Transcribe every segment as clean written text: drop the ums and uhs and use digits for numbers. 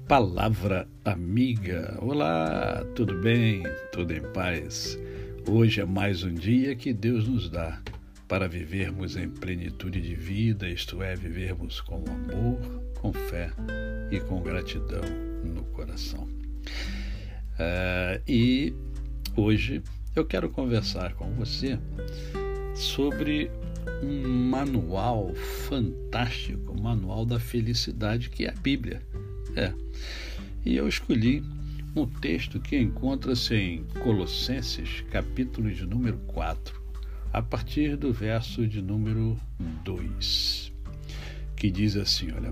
Palavra amiga. Olá, tudo bem? Tudo em paz? Hoje é mais um dia que Deus nos dá para vivermos em plenitude de vida, isto é, vivermos com amor, com fé e com gratidão no coração. E hoje eu quero conversar com você sobre um manual fantástico, um manual da felicidade, que é a Bíblia. E eu escolhi um texto que encontra-se em Colossenses, capítulo de número 4, a partir do verso de número 2, que diz assim, olha,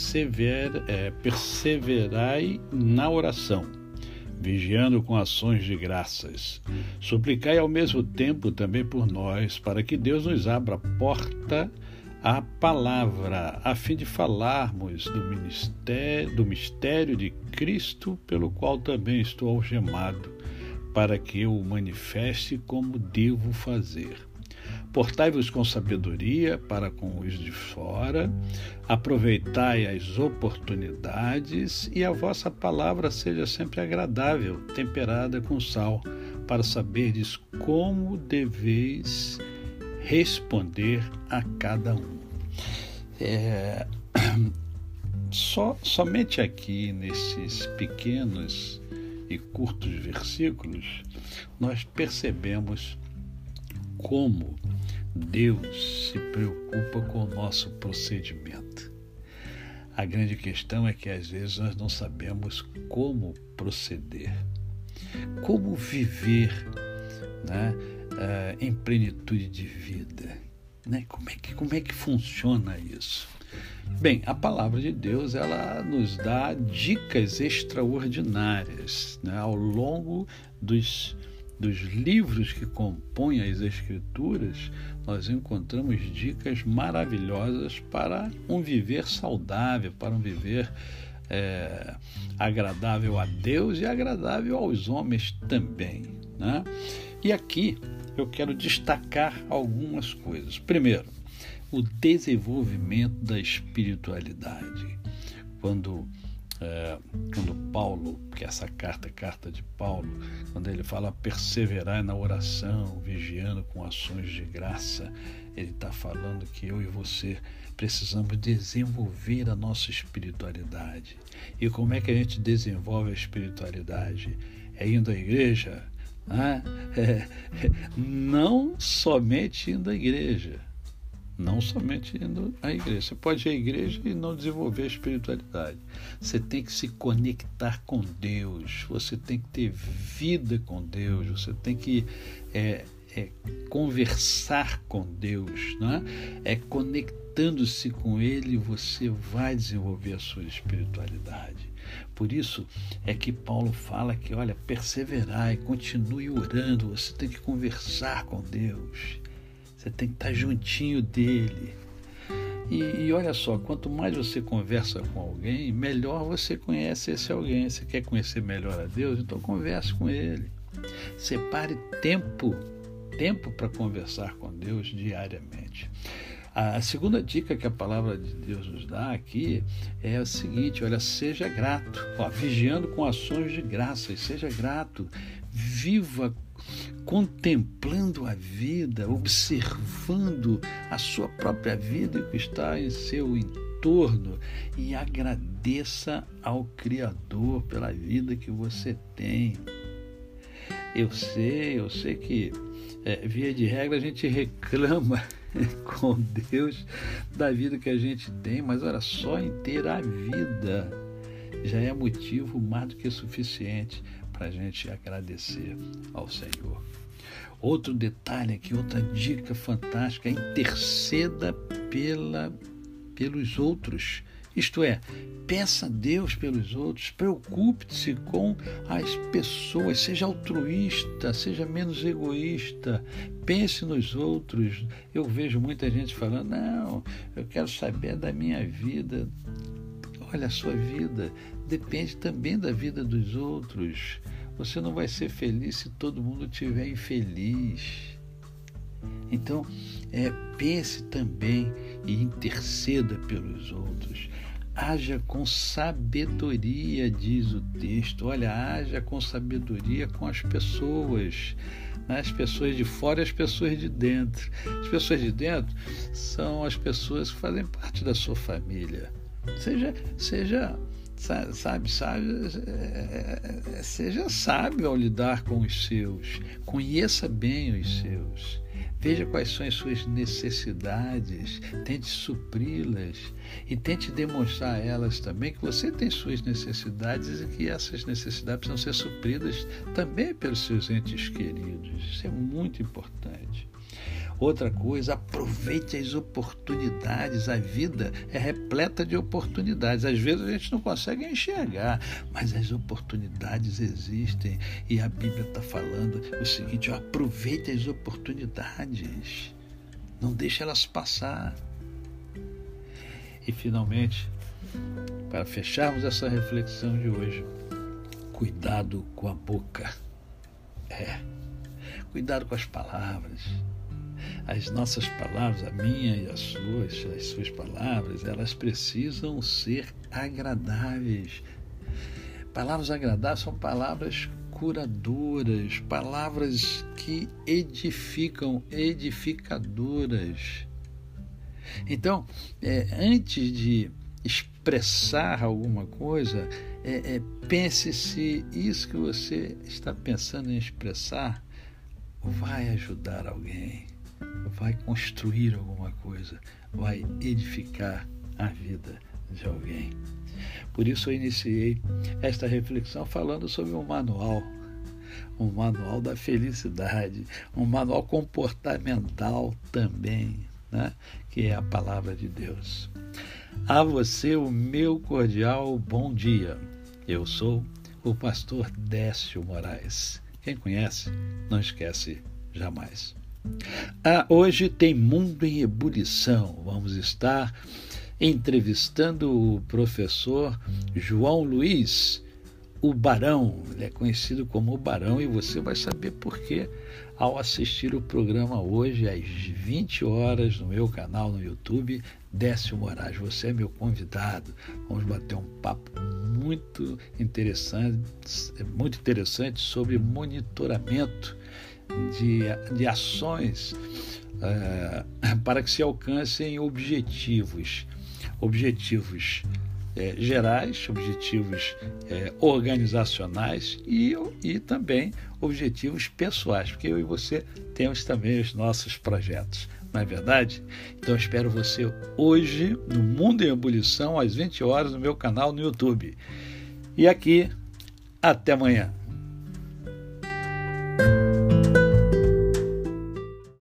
perseverai na oração, vigiando com ações de graças. Suplicai ao mesmo tempo também por nós, para que Deus nos abra a porta à palavra, a fim de falarmos do mistério de Cristo, pelo qual também estou algemado, para que eu o manifeste como devo fazer. Portai-vos com sabedoria para com os de fora, aproveitai as oportunidades, e a vossa palavra seja sempre agradável, temperada com sal, para saberdes como deveis responder a cada um. Somente aqui nesses pequenos e curtos versículos nós percebemos como Deus se preocupa com o nosso procedimento. A grande questão é que às vezes nós não sabemos como proceder, como viver, em plenitude de vida. Como é que funciona isso? Bem, a palavra de Deus, ela nos dá dicas extraordinárias, ao longo dos livros que compõem as Escrituras. Nós encontramos dicas maravilhosas para um viver saudável, para um viver agradável a Deus e agradável aos homens também, E aqui eu quero destacar algumas coisas. Primeiro, o desenvolvimento da espiritualidade. Quando Paulo, que essa carta de Paulo, quando ele fala perseverar na oração, vigiando com ações de graça, ele está falando que eu e você precisamos desenvolver a nossa espiritualidade. E como é que a gente desenvolve a espiritualidade? É indo à igreja? Não somente indo à igreja. Não somente indo à igreja. Você pode ir à igreja e não desenvolver a espiritualidade. Você tem que se conectar com Deus. Você tem que ter vida com Deus. Você tem que conversar com Deus. Conectando-se com Ele, você vai desenvolver a sua espiritualidade. Por isso é que Paulo fala que, olha, perseverai, continue orando. Você tem que conversar com Deus. Você tem que estar juntinho dele. E olha só, quanto mais você conversa com alguém, melhor você conhece esse alguém. Você quer conhecer melhor a Deus? Então converse com ele. Separe tempo para conversar com Deus diariamente. A segunda dica que a palavra de Deus nos dá aqui é o seguinte, olha, seja grato, vigiando com ações de graças, seja grato, viva contemplando a vida, observando a sua própria vida e o que está em seu entorno, e agradeça ao Criador pela vida que você tem. Eu sei que, via de regra, a gente reclama com Deus da vida que a gente tem, mas olha, só em ter a vida já é motivo mais do que suficiente para a gente agradecer ao Senhor. Outro detalhe aqui, outra dica fantástica, interceda pelos outros. Isto é, peça a Deus pelos outros, preocupe-se com as pessoas, seja altruísta, seja menos egoísta, pense nos outros. Eu vejo muita gente falando, não, eu quero saber da minha vida. Olha, a sua vida depende também da vida dos outros. Você não vai ser feliz se todo mundo estiver infeliz. Então, pense também e interceda pelos outros. Haja com sabedoria, diz o texto. Olha, haja com sabedoria com as pessoas, né? As pessoas de fora e as pessoas de dentro. As pessoas de dentro são as pessoas que fazem parte da sua família. Seja sábio ao lidar com os seus. Conheça bem os seus. Veja quais são as suas necessidades, tente supri-las e tente demonstrar a elas também que você tem suas necessidades e que essas necessidades precisam ser supridas também pelos seus entes queridos. Isso é muito importante. Outra coisa, aproveite as oportunidades. A vida é repleta de oportunidades. Às vezes a gente não consegue enxergar, mas as oportunidades existem. E a Bíblia está falando o seguinte: aproveite as oportunidades. Não deixe elas passar. E finalmente, para fecharmos essa reflexão de hoje, cuidado com a boca. Cuidado com as palavras. As nossas palavras, a minha e as suas palavras, elas precisam ser agradáveis. Palavras agradáveis são palavras curadoras, palavras que edificam, edificadoras. Então, antes de expressar alguma coisa, pense se isso que você está pensando em expressar vai ajudar alguém, vai construir alguma coisa, vai edificar a vida de alguém. Por isso eu iniciei esta reflexão falando sobre um manual da felicidade, um manual comportamental também, né? Que é a palavra de Deus. A você o meu cordial bom dia. Eu sou o pastor Décio Moraes. Quem conhece, não esquece jamais. Hoje tem Mundo em Ebulição. Vamos estar entrevistando o professor João Luiz, o Barão. Ele é conhecido como o Barão e você vai saber por quê ao assistir o programa hoje às 20 horas no meu canal no YouTube, Décio Moraes. Você é meu convidado. Vamos bater um papo muito interessante sobre monitoramento de ações para que se alcancem objetivos gerais, objetivos organizacionais e também objetivos pessoais, porque eu e você temos também os nossos projetos, não é verdade? Então espero você hoje no Mundo em Ebulição às 20 horas no meu canal no YouTube. E aqui, até amanhã.